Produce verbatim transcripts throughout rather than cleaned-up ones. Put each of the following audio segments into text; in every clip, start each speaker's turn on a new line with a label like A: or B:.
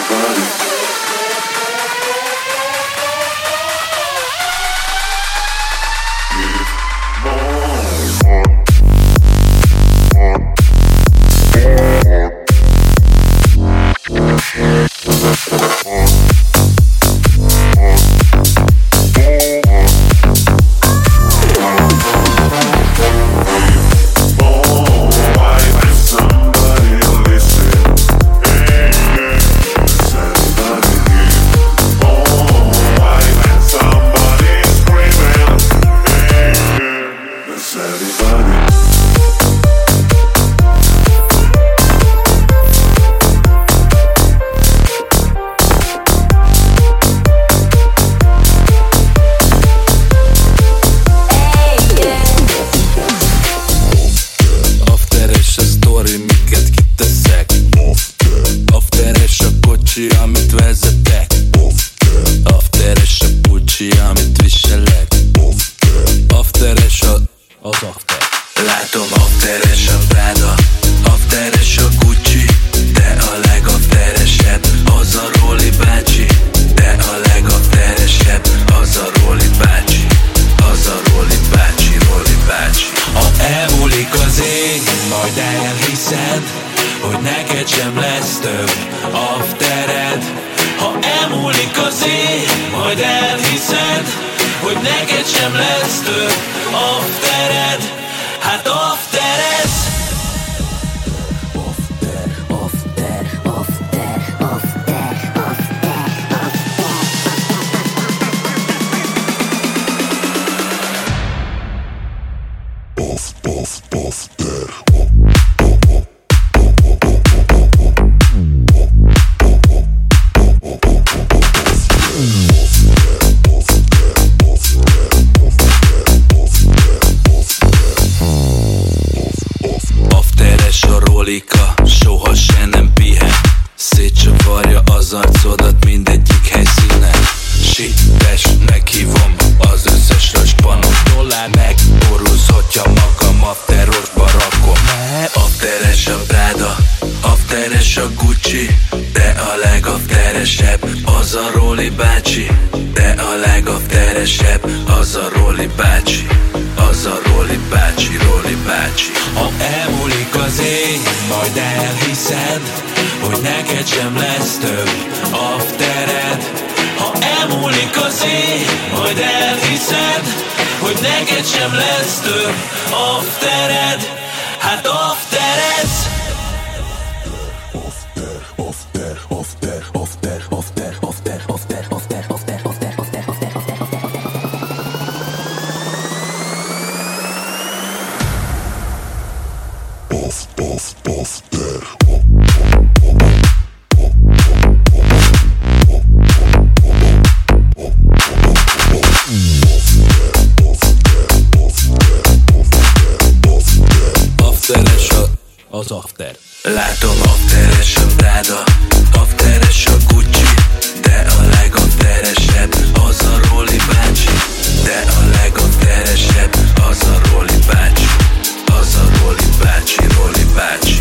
A: Az after.
B: Látom afteres a Prada, afteres a Gucci, de a legafteresebb az a Roli bácsi, de a legafteresebb az a Roli bácsi, az a Roli bácsi, Roli bácsi.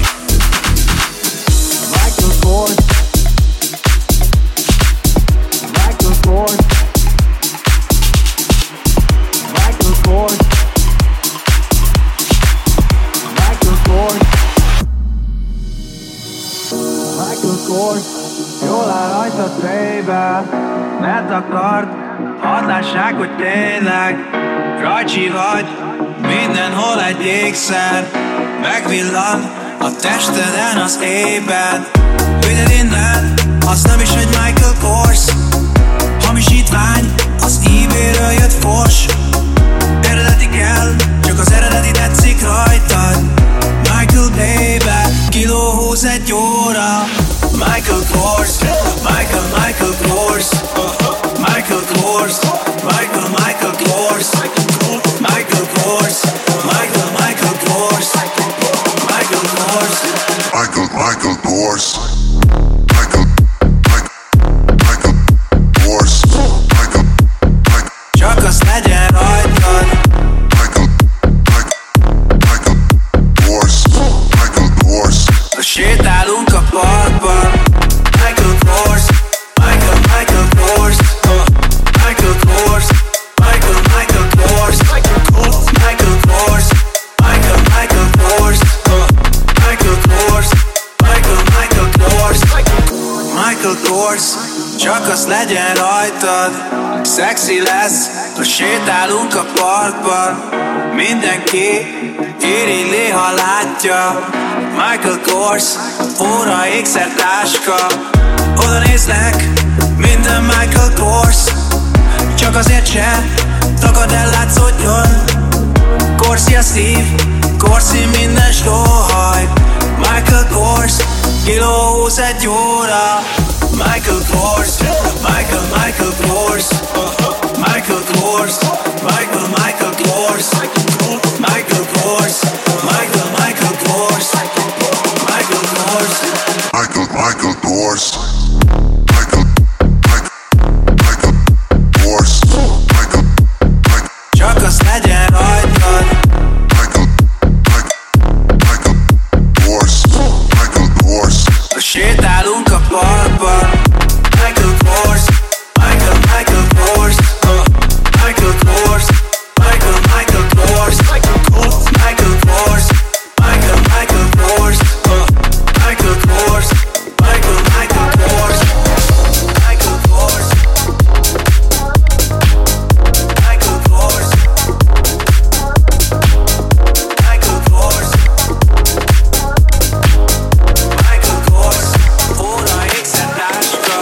C: Michael Kors, Michael Kors, Michael Kors, Michael Kors, Michael Kors, jól áll rajta fejbe, ne takard, hadd lássák, hogy tényleg rajcsi vagy, mindenhol egy ékszer, megvillan a testeden az ében. Vidd innen, az nem is egy Michael Kors, hamisítvány, az eBay-ről jött fors. Eredeti kell, csak az eredeti tetszik rajtad. Michael baby, kiló húz egy óra. Michael Kors, Michael, Michael Kors, Michael Kors, Michael, Michael Kors, Michael Kors, Michael, Michael Kors, Michael Kors,
D: Michael, Michael Kors, Michael, Michael, Michael Kors, Michael, Michael,
C: csak az legyen rajtad.
D: Michael, Michael, Michael Kors, Michael Kors.
C: Sétálunk a parkban, Michael Kors, Michael Kors, csak az legyen rajtad. Szexi lesz, ha sétálunk a parkban. Mindenki irigyli, ha látja. Michael Kors, óra, ékszer, táska. Oda néznek, minden Michael Kors. Csak azért se tagad el, látszódjon. Korsi a szív, Korsi minden stóhaj. Michael Kors, kiló húsz egy óra. Michael Kors, Michael, Michael Kors. Michael Kors, Michael, Michael Kors. Michael Kors, Michael, Michael Kors. Michael Kors.
D: Michael, Michael Kors. Michael, Michael, Michael Kors. Michael, Michael.
C: Csak az legyen rajtad.
D: Michael, Michael, Michael Kors. Michael Kors.
C: Ha sétálunk a parkban. Michael Kors, Michael, Michael Kors. Michael Kors, Michael, Michael Kors. Michael Kors, Michael Kors. Michael, Michael Kors. Michael Kors, Michael, Michael Kors. Michael Kors. Michael Kors. Michael Kors. Michael Kors. Óra, ékszer, táska.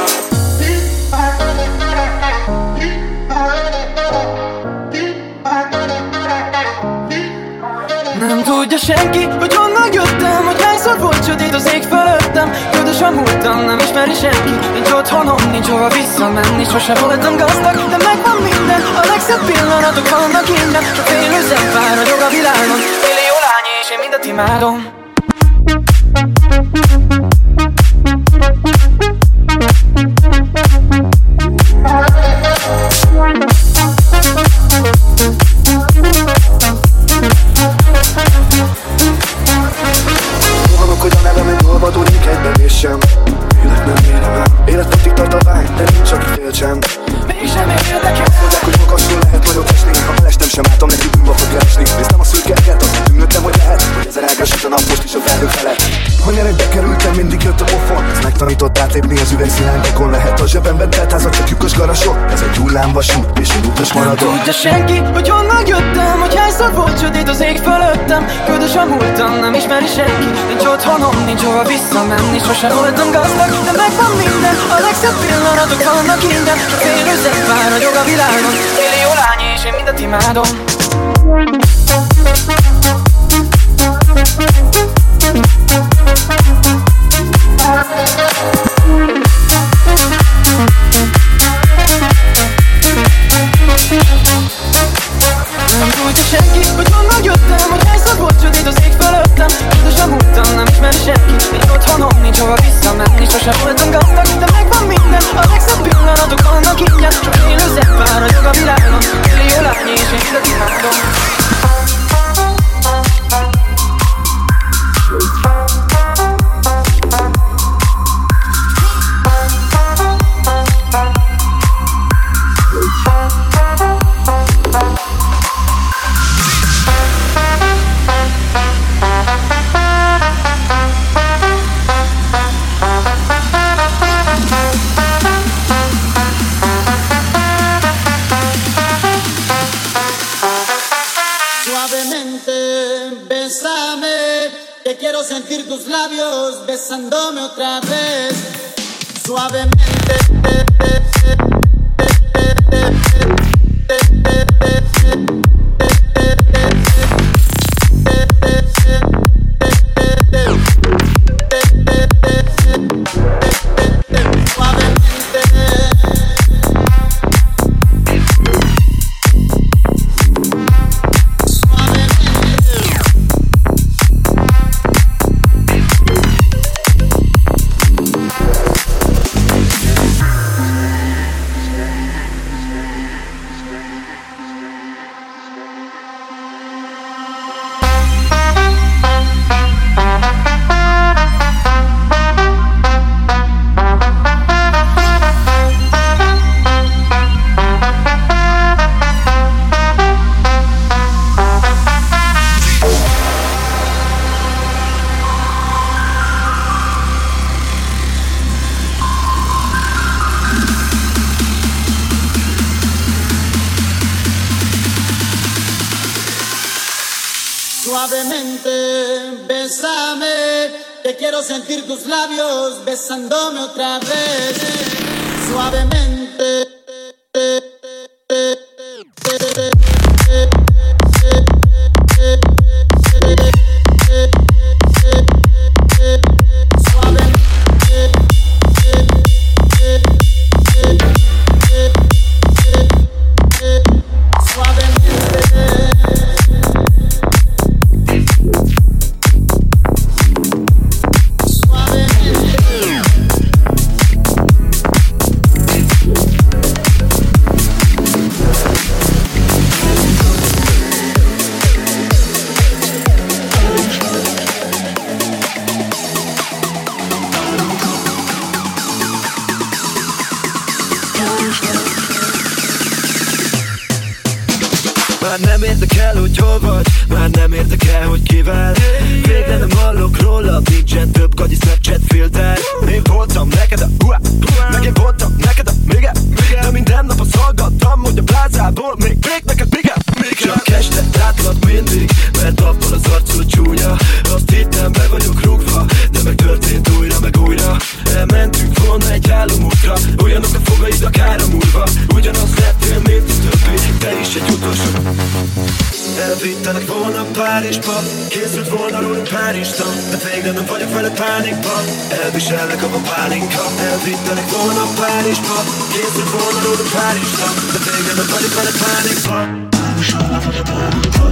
A: Nem tudja senki, hogy honnan jöttem, hogy hányszor volt sötét az ég fölöttem. Ködös a múltam, nem ismeri senki. Nincs otthonom, nincs hova visszamenni. Sose voltam gazdag, de megvan minden. A legszebb pillanatok vannak innen. Csak félő zempár ragyog a világon. Millió lány és én mindet imádom.
E: Rohanok, hogy a nevemet olvadódik egy bevéssem. Élet nem érem el, életetig tart a vágy, de nincs, aki féltsem.
A: Mégsem érdekel.
E: Mondják, hogy magasról lehet nagyot esni. Ha melestem sem látom, neki bűnba fog keresni. Néztem a szürkeket, azt tűnődtem, hogy lehet, hogy ezer ágasít a nap most is a felhő felett. Ha nyerekbe kerültem, mindig jött a pofon. Ez megtanított átlépni az üvegszilánykon. Lehet a zsebemben teltházak, csak lyukos garasok. Ez egy hullámvasút, és én utas maradok.
A: Nem tudja senki, hogy honnan jöttem, hogy hányszor volt sötét az ég fölöttem. Ködös a múltam, nem ismeri senki. Nincs otthonom, nincs hova visszamenni. Sose voltam gazdag, de megvan minden. A legszebb pillanatok vannak innen. Csak félő zempár ragyog a világon. Millió lány és én mindet imádom. Nem tudja senki, hogy honnan jöttem, hogy hányszor volt sötét az ég fölöttem. Ködös a múltam, nem ismeri senki. Nincs otthonom, nincs hova visszamenni. Sose voltam gazdag, de megvan minden. A legszebb pillanatok vannak ingyen. Csak élő zempár ragyog a világon. Millió lány és én mindet imádom.
F: Quiero sentir tus labios besándome otra vez, suavemente. Suavemente, bésame, que quiero sentir tus labios besándome otra vez. Suavemente.
G: Már nem érdekel, hogy hol vagy, már nem érdekel, hogy kivel. Végre nem hallok róla, nincsen több gagyi Snapchat filter. Én voltam neked a hua, meg én voltam neked a mige. De minden nap azt hallgattam, hogy a plázából még még neked mige. Csak este látlak mindig, mert abból az arcod csúnya. Azt hittem, be vagyok rúgva, de megtörtént újra, meg újra. Elmentünk volna egy álomútra, olyanok a fogaid akár a múlva. Ugyanaz lettél, mint a többi, te is egy utolsó. Elvittelek volna Párizsba, készült volna rólunk pár Insta, de végre nem vagyok vele pánikba, elvisellek a pálinka. Elvittelek volna Párizsba, készült volna rólunk pár Insta, de végre nem vagyok vele pánikba, elvisellek a pálinka.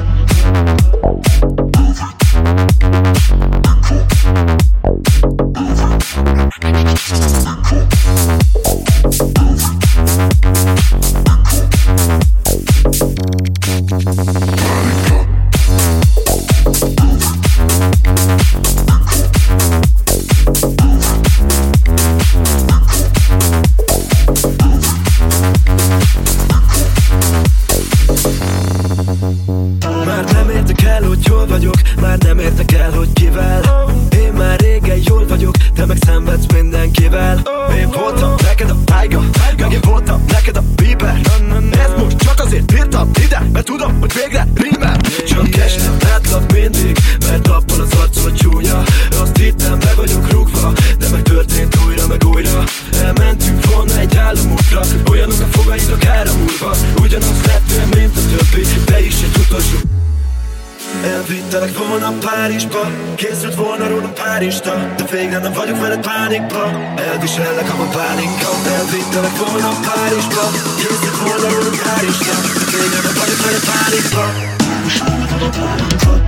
G: Már nem érdekel, hogy hol vagyok, már nem érdekel, hogy kivel. Én már régen jól vagyok, te meg szenvedsz mindenkivel. Én voltam neked a Tyga, meg én voltam neked a Bieber. Ez most csak azért írtam ide, mert tudom, hogy végre rímel. Csak este látlak mindig, mert abból az arcod csúnya. Azt hittem, be vagyok rúgva, de megtörtént újra, meg újra. Elmentünk volna egy álomútra, olyanok a fogaid akár a múlva. Ugyanaz lettél, mint a többi, te is egy utolsó. Elvittelek volna Párizsba, készült volna rólunk pár Insta, de végre nem vagyok veled pánikba, elvisellek a pálinka. Elvittelek volna Párizsba, készült volna rólunk pár Insta, de végre nem vagyok veled pánikba, elvisellek a pálinka.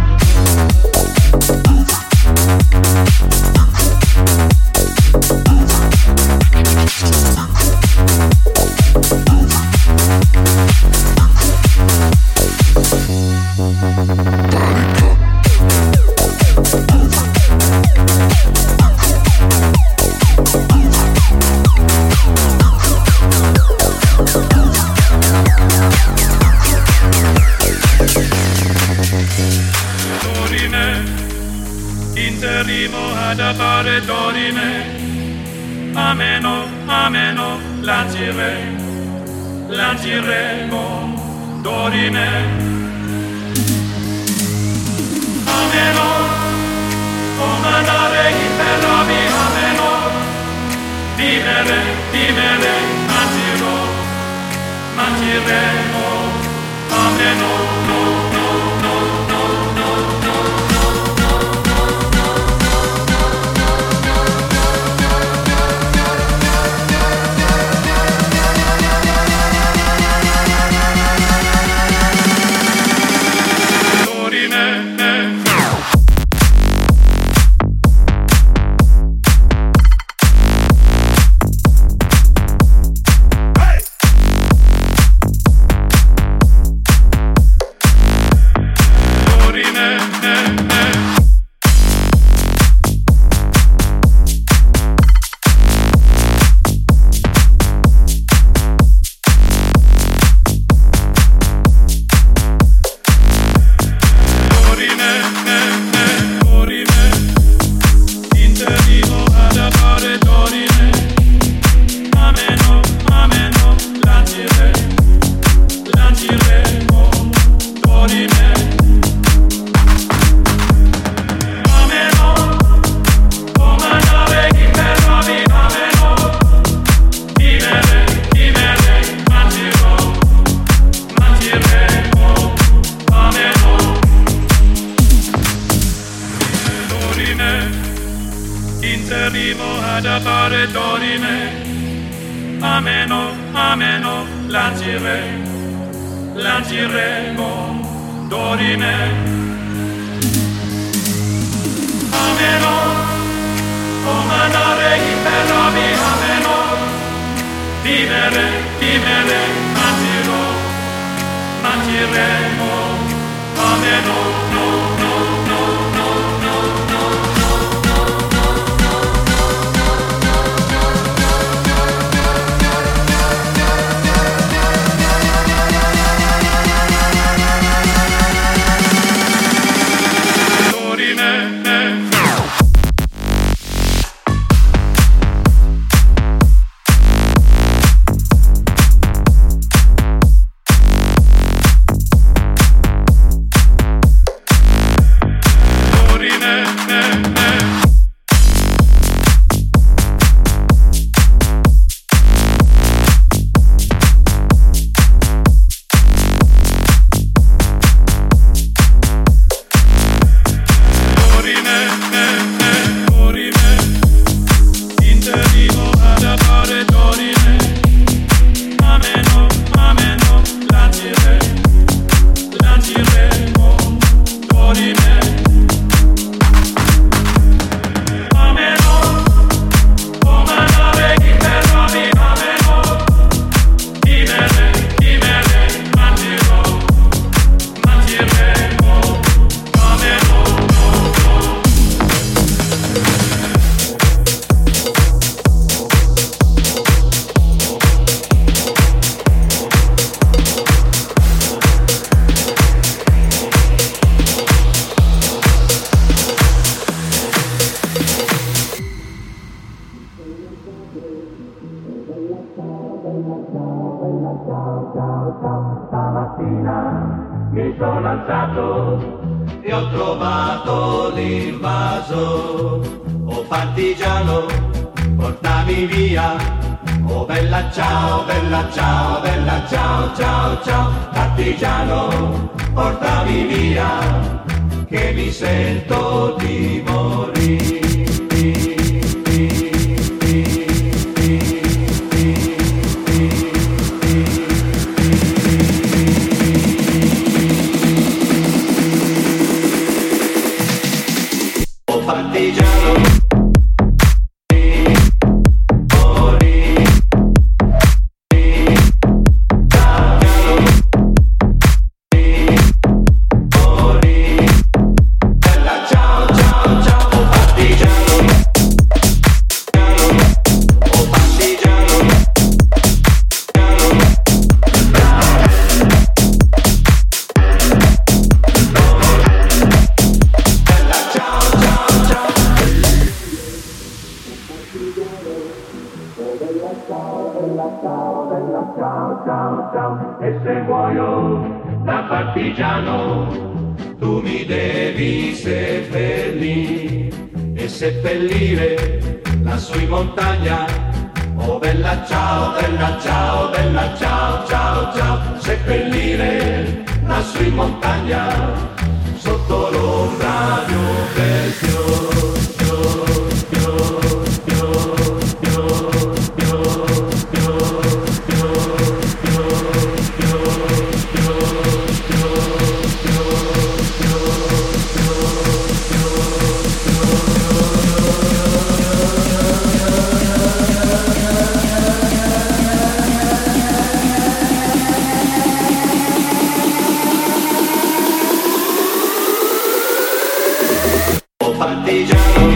H: Interrimo ad appare Dorime, ameno, ameno, lancire, lanciremo Dorime. Ameno, comandare il ferrovi, ameno, vivere, vivere, manciro, manciremo, ameno, no, no, no, no, no, no. interrimo ad appare dorime. Ameno, ameno, lancire, lanciremo dorime. Ameno, comandare i ferrovi, ameno, vivere, vivere, mangerò, mangeremo, ameno, no, no, no, no, no, no,
I: mi sono alzato e ho trovato l'invaso. Oh partigiano, portami via. Oh bella ciao, bella ciao, bella ciao, ciao, ciao. Partigiano, portami via, che mi sento di morire. Partigiano, morì, morì, bella ciao, ciao, ciao, partigiano, oh partigiano, bella ciao, ciao, ciao. Ciao, ciao, ciao, e se muoio da partigiano, tu mi devi seppellire e seppellire lassù in montagna. Oh bella ciao, bella ciao, bella ciao, ciao, ciao, seppellire lassù in montagna, sotto l'ombra di un bel fiore. Partigiano.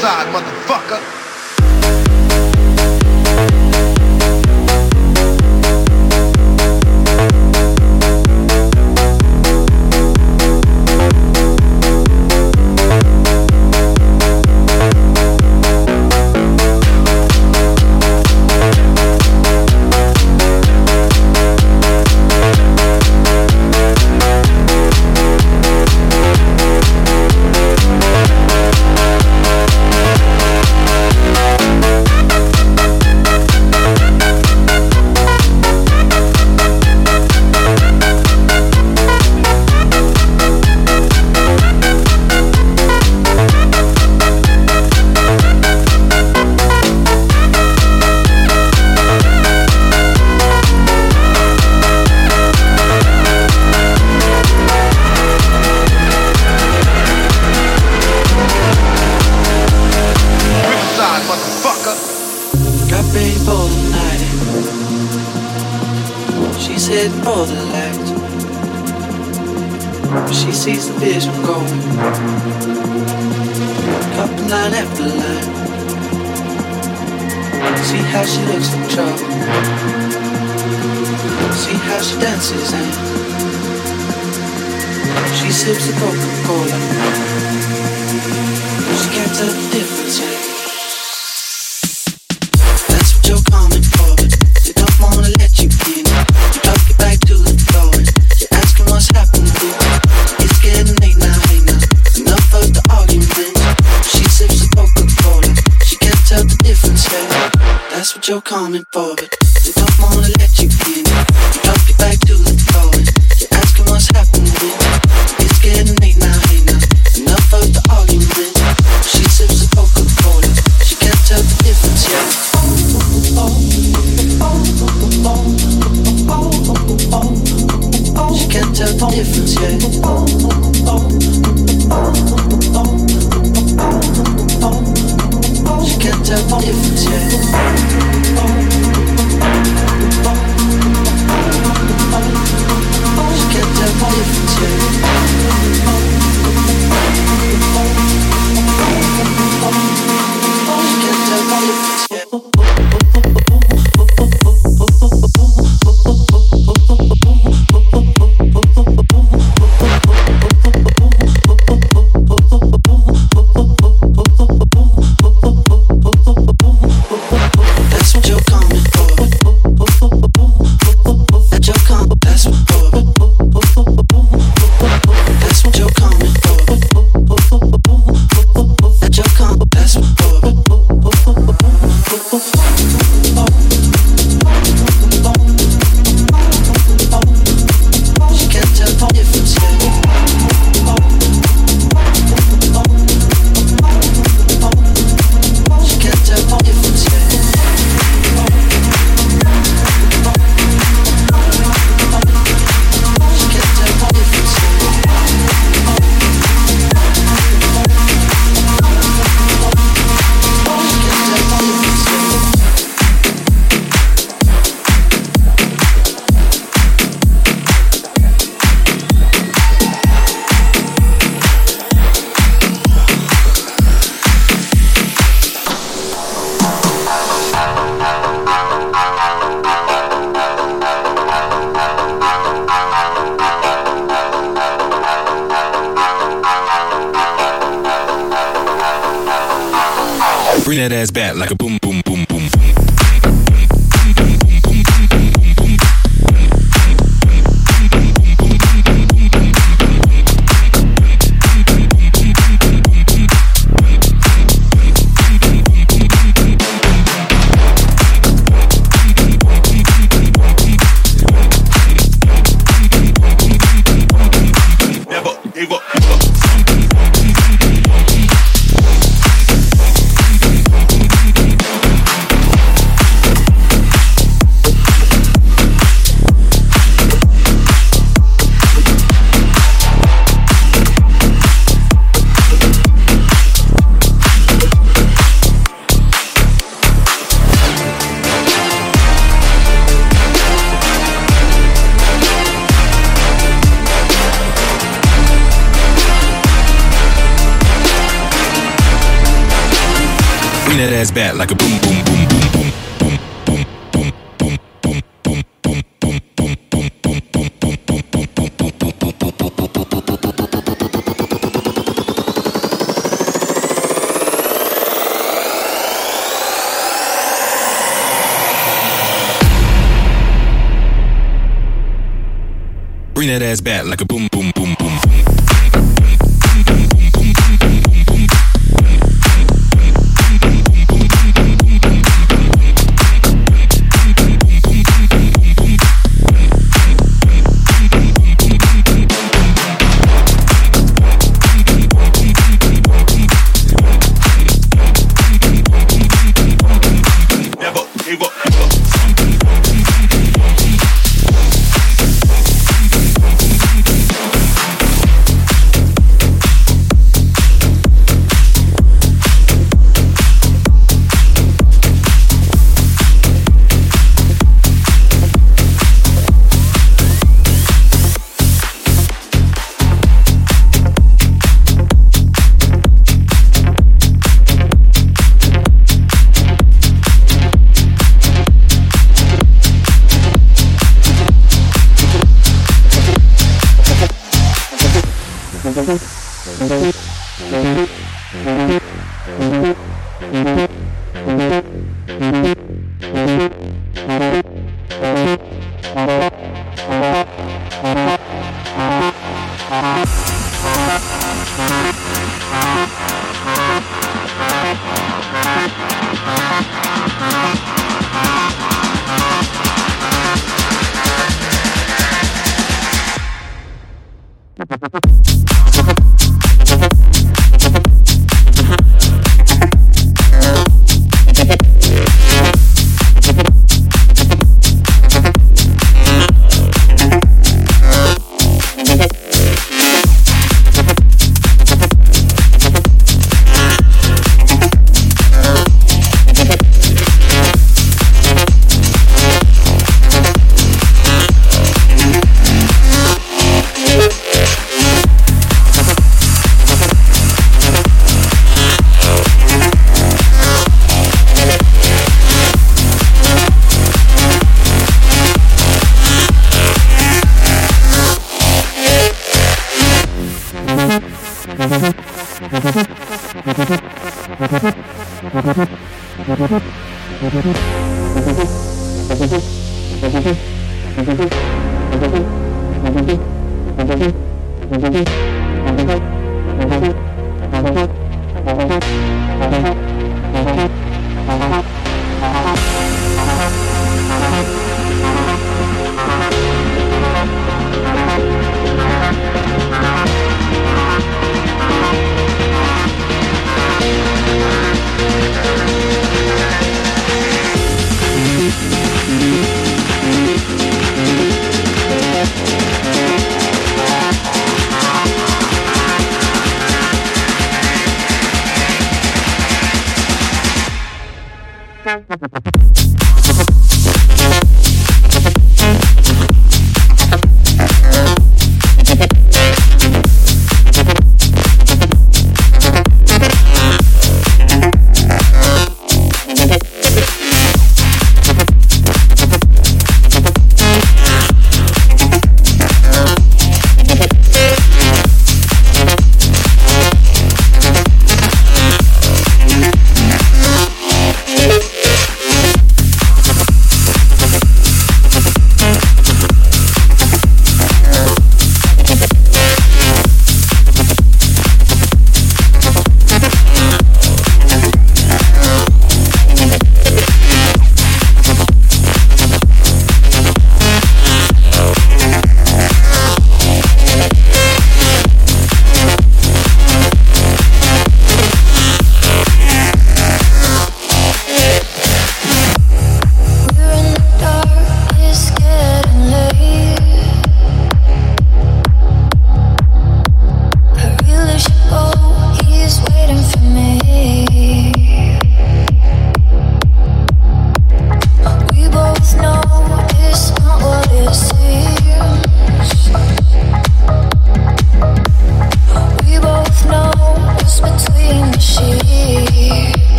J: Riverside, motherfucker.
A: You're coming for, but they don't wanna let you in. You drop your back to the floor and you're asking what's happening. It's getting late now, hey now. Enough of the argument. She sips a Coca-Cola. She can't tell the difference yet. She can't tell the difference yet. She can't tell the difference yet.
K: Bring that ass back like a boom, boom, boom, boom. Bring that ass back like a boom, boom, boom, boom, boom. Bring that ass back like a boom, boom, boom, boom, boom.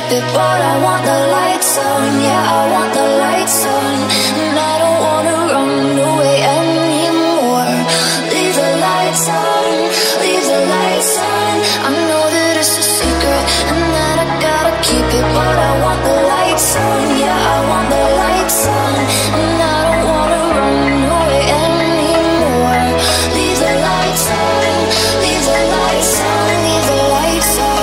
J: keep it, but I want the lights on. Yeah, I want the lights on, and I don't wanna run away anymore. Leave the lights on, leave the lights on. I know that it's a secret and that I gotta keep it, but I want the lights on. Yeah, I want the lights on, and I don't wanna run away anymore. Leave the lights on, leave the lights on, leave the lights on.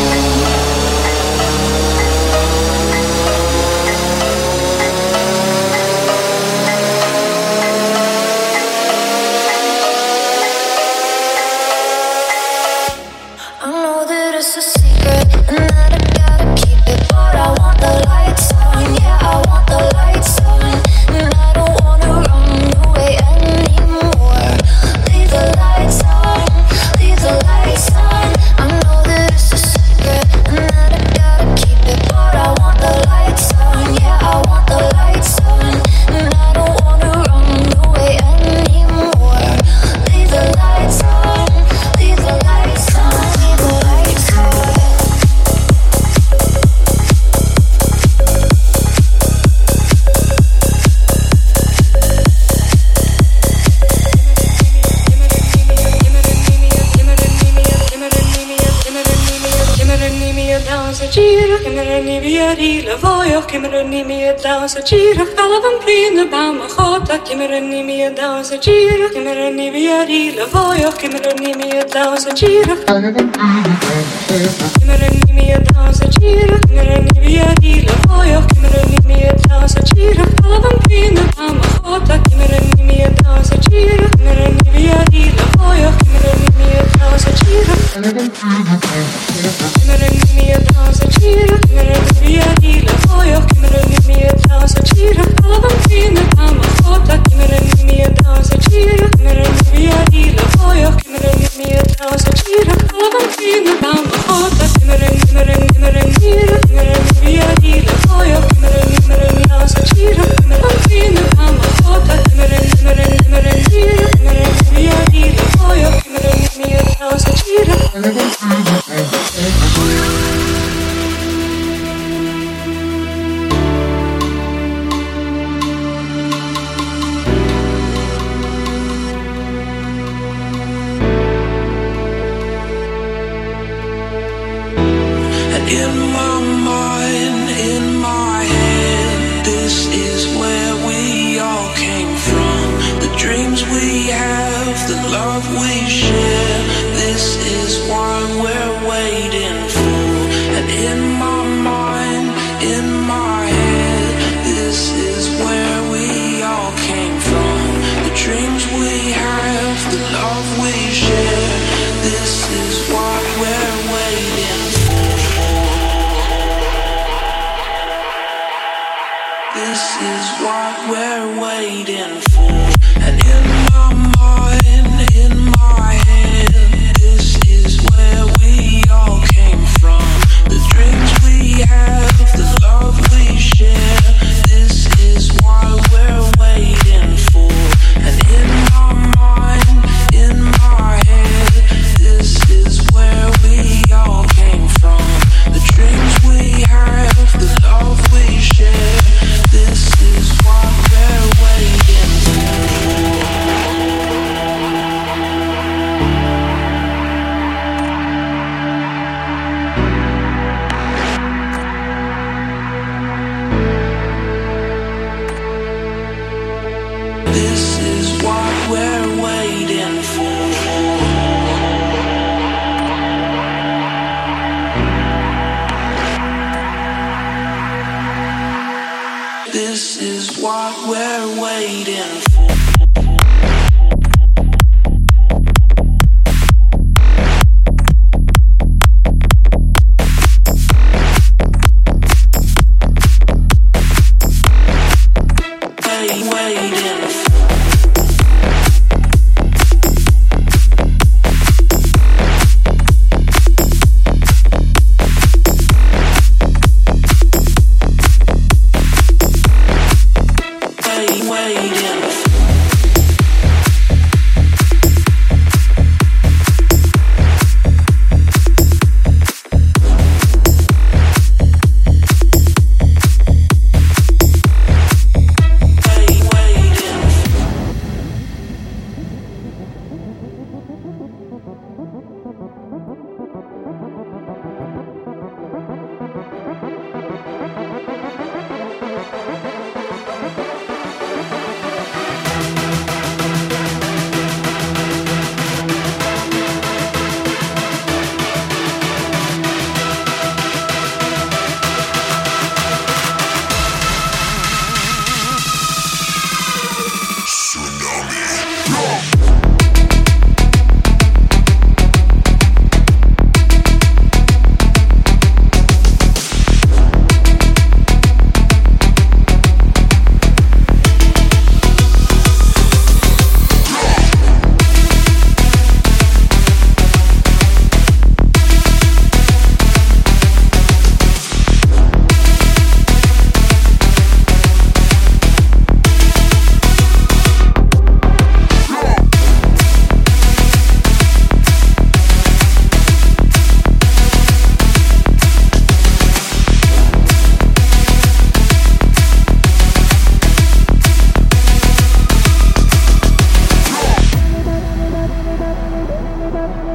J: I know that it's a secret and that I gotta keep it, but I want the lights on. Yeah, I want the lights on, and I don't wanna run away anymore. Leave the lights on, leave the lights on. I know that it's a secret and that I gotta keep it, but I want the lights on. Yeah, I want the lights on, and I don't wanna run away anymore. Leave the lights on, leave the lights on, leave the lights on.
L: Kimmerni via di la voglio, kimmerni mia danza gira, alla vampina bama khota, kimmerni mia danza gira, kimmerni via di la voglio, kimmerni mia danza gira, kimmerni mia danza gira, kimmerni via di la voglio, kimmerni mia danza gira, alla vampina bama khota, kimmerni mia danza gira, kimmerni via di la voglio, kimmerni mia danza gira, kimmerni mia danza gira, kimmerni via di la voglio, kimmerni mia danza gira, alla vampina bama khota, kimmerni mia danza gira, kimmerni via di la voglio, kimmerni mia danza gira, alla vampina bama khota, kimmerni kimmerni kimmerni gira, kimmerni via di la voglio, kimmerni kimmerni danza gira, kimmerni vampina bama khota, kimmerni kimmerni kimmerni gira, kimmerni via di la voglio, kimmerni mia danza gira.
B: In my mind, in my head, this is where we all came from. The dreams we have, the love we share, this is what we're waiting for. And in my mind, in my head, this is where we all came from. The dreams we have, the love we share, this is what we're waiting for. This is what we're waiting for. And in my mind, in my head, this is where we all came from. The dreams we have, the love we share, this is what we're waiting for. And in my mind, in my head, this is where we all came from. The dreams we have, the love we share, this is what we're waiting for.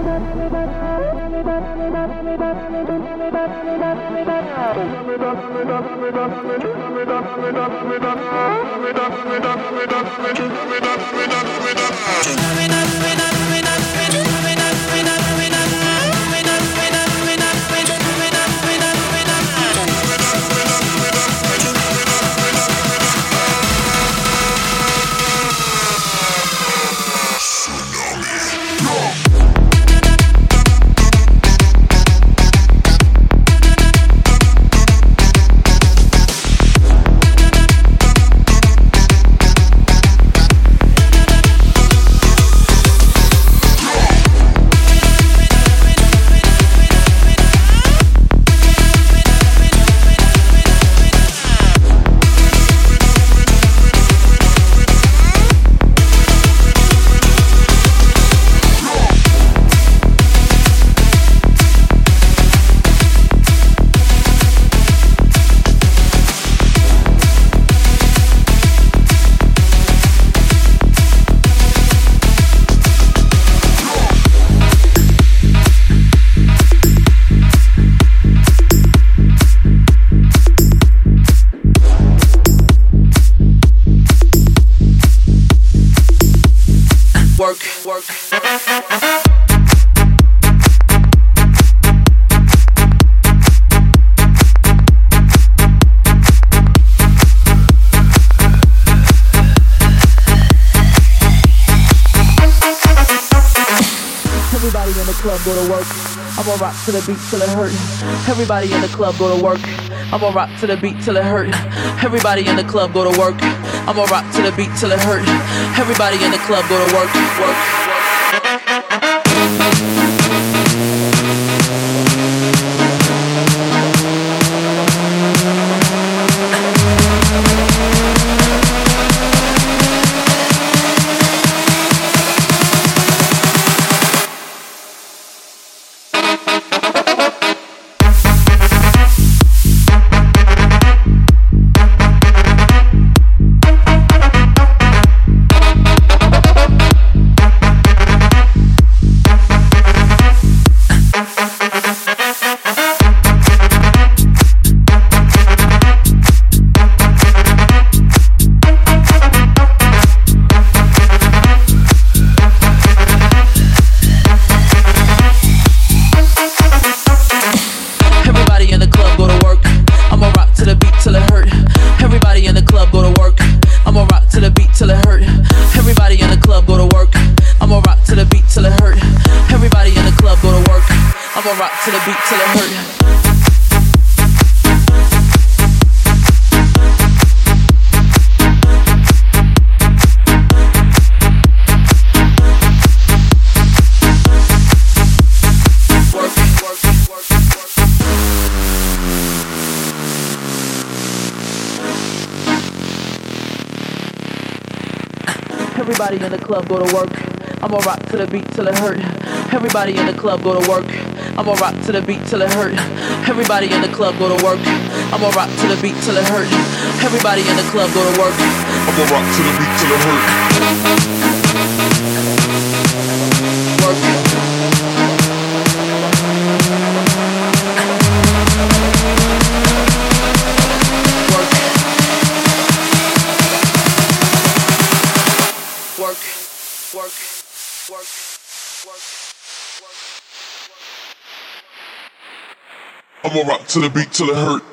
M: Go to work. I'ma rock to the beat till it hurt. Everybody in the club go to work. I'ma rock to the beat till it hurt. Everybody in the club go to work. I'ma rock to the beat till it hurt. Everybody in the club go to work. Work. To the beat till it hurt. Everybody in the club go to work. I'ma rock to the beat till it hurt. Everybody in the club go to work. I'ma rock to the beat till it hurt. Everybody in the club go to work. I'ma rock to the beat till it hurt. Everybody in the club go to work. I'ma rock to the beat till it hurt. Work. Work. Work. Work. Work.
D: I'ma rock to the beat till it hurt.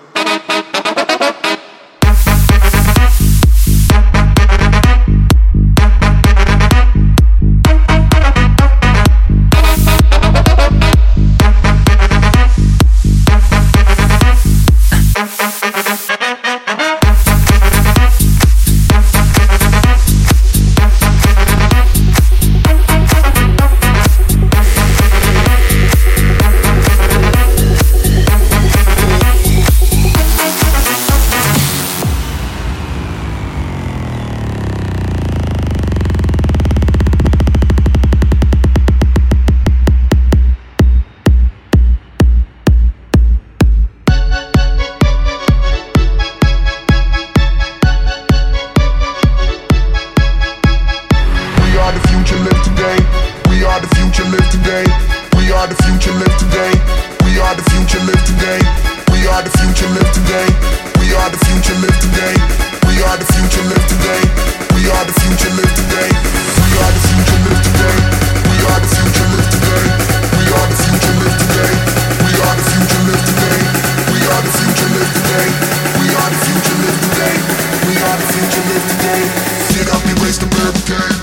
D: are the future, live today. We are the future, live today. We are the future, live today. We are the future, live today. We are the future, live today. We are the future, live today. We are the future, live today. We are the future, live today. We are the future, live today. We are the future, live today. We are the future, live today. We are the future, live today. We are the future, live today. Get up, erase the barricade.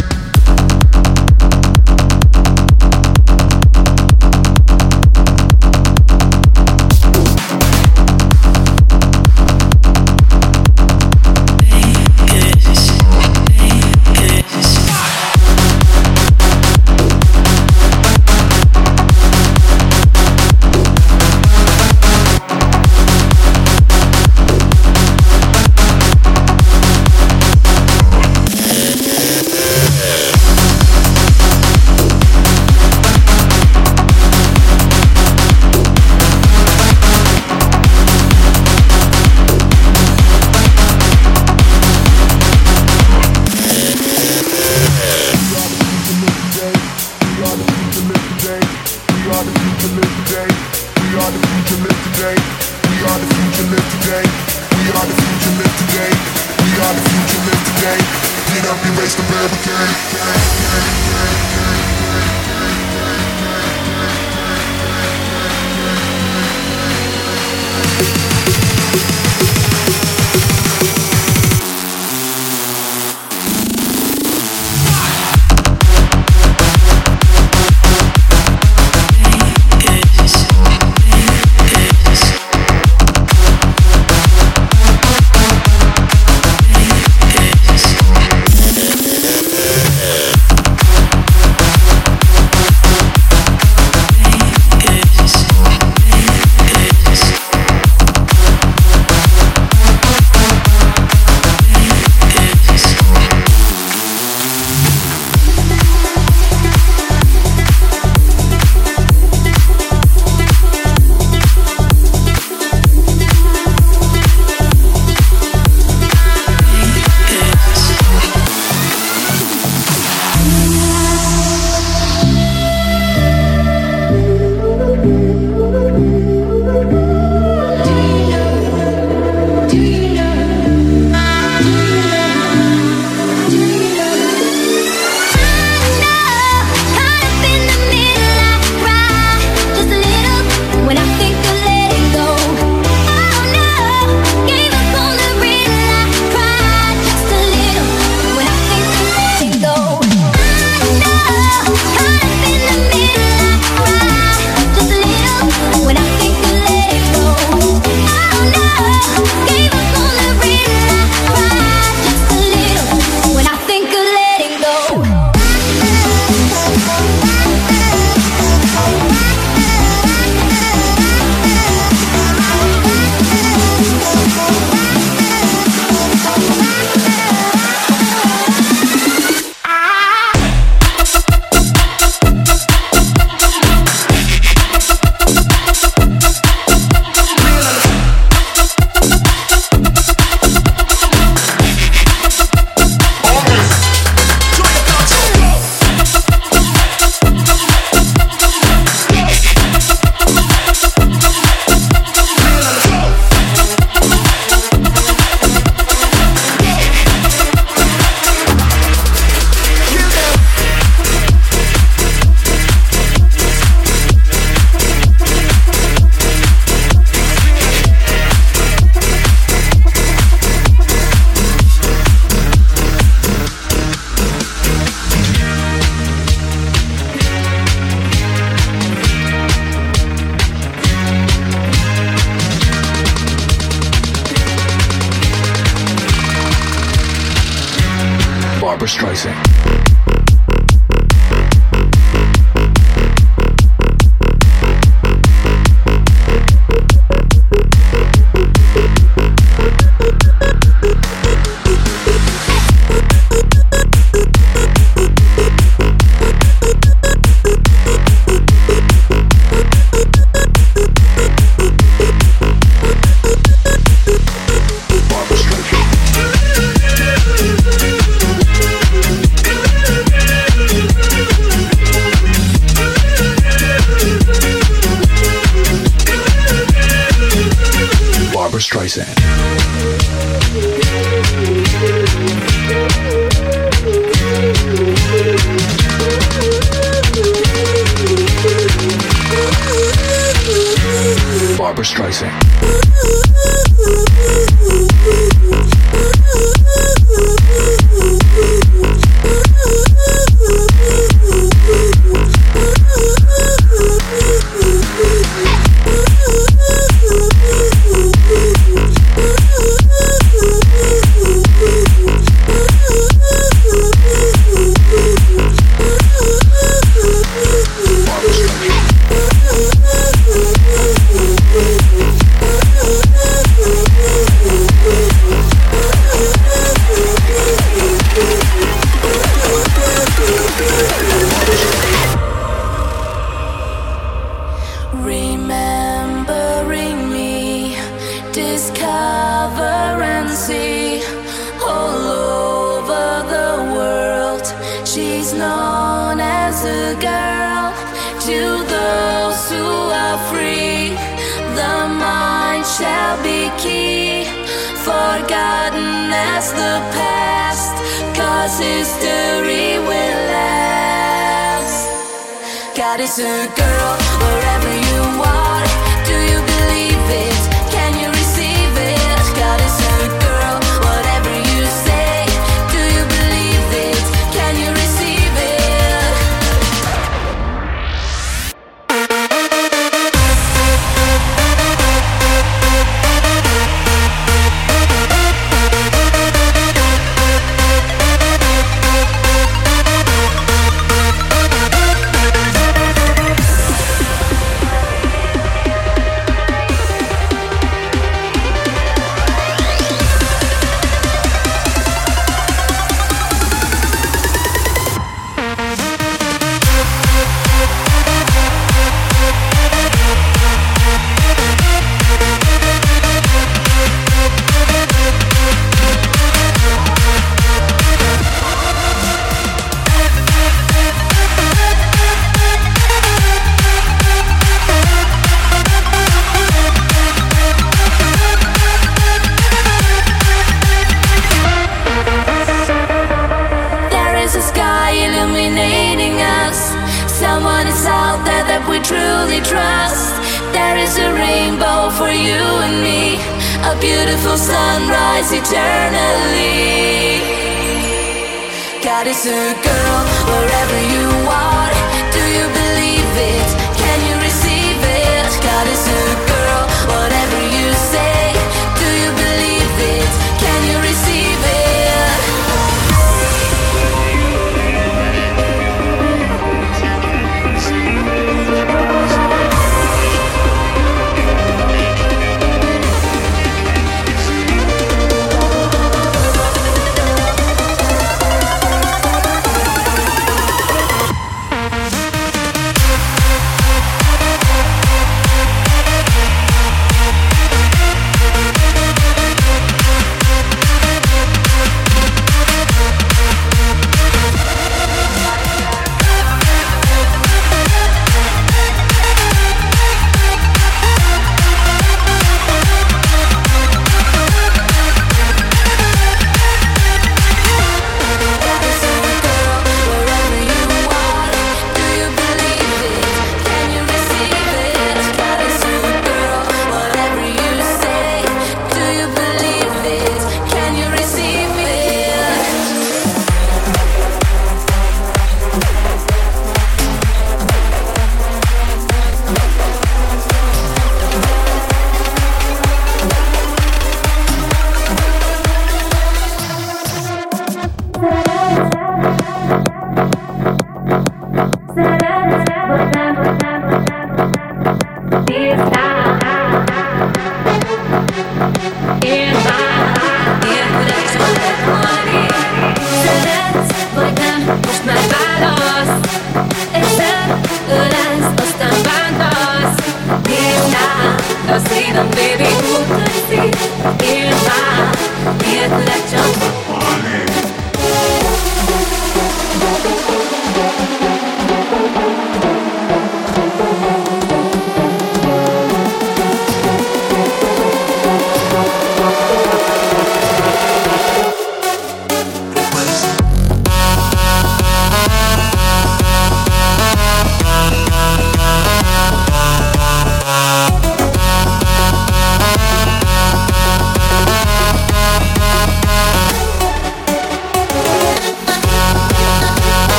N: Barbra Streisand.
D: Barbra Streisand.
K: Barbra Streisand. Barbra Streisand.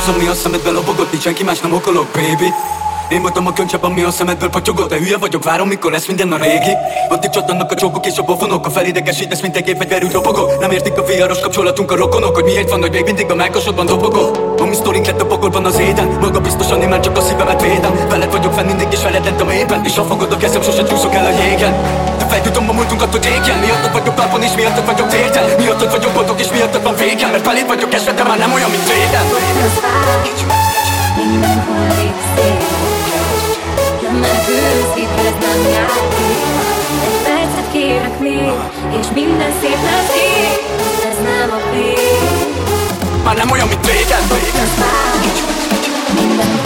N: az, ami a szemedbe lobogott, így senki más nem okolok, baby. Én voltam a könycsepp, ami a szemedből patyogott. De hülye vagyok, várom, mikor lesz minden a régi. Addig csattannak a csókok és a pofonok. A felidegesítesz, mint egy gépfegyver, úgy robogok. Nem értik a viharos kapcsolatunk a rokonok, hogy miért van, hogy még mindig a melkasodban dobogok. A mi sztorink lett a pokolban az éden. Maga biztosan én már csak a szívemet védem. Veled vagyok fenn mindig és veled lettem éppen. És ha fogod a kezem, sose csúszok el a jégen. De feltudom a múltunkat, hogy égjen. Miattad vagyok talpon és miattad vagyok térden. Miattad vagyok boldog és miattad van végem. Mert beléd vagyok esve, de már nem olyan, mint régen.
J: Mindenhol végszél. Nem menekülsz, itt ez nem játék. Egy percet kérek még, és minden szép lesz ég. Ez nem a vég.
N: Már nem olyan, mint régen.
J: Mindenhol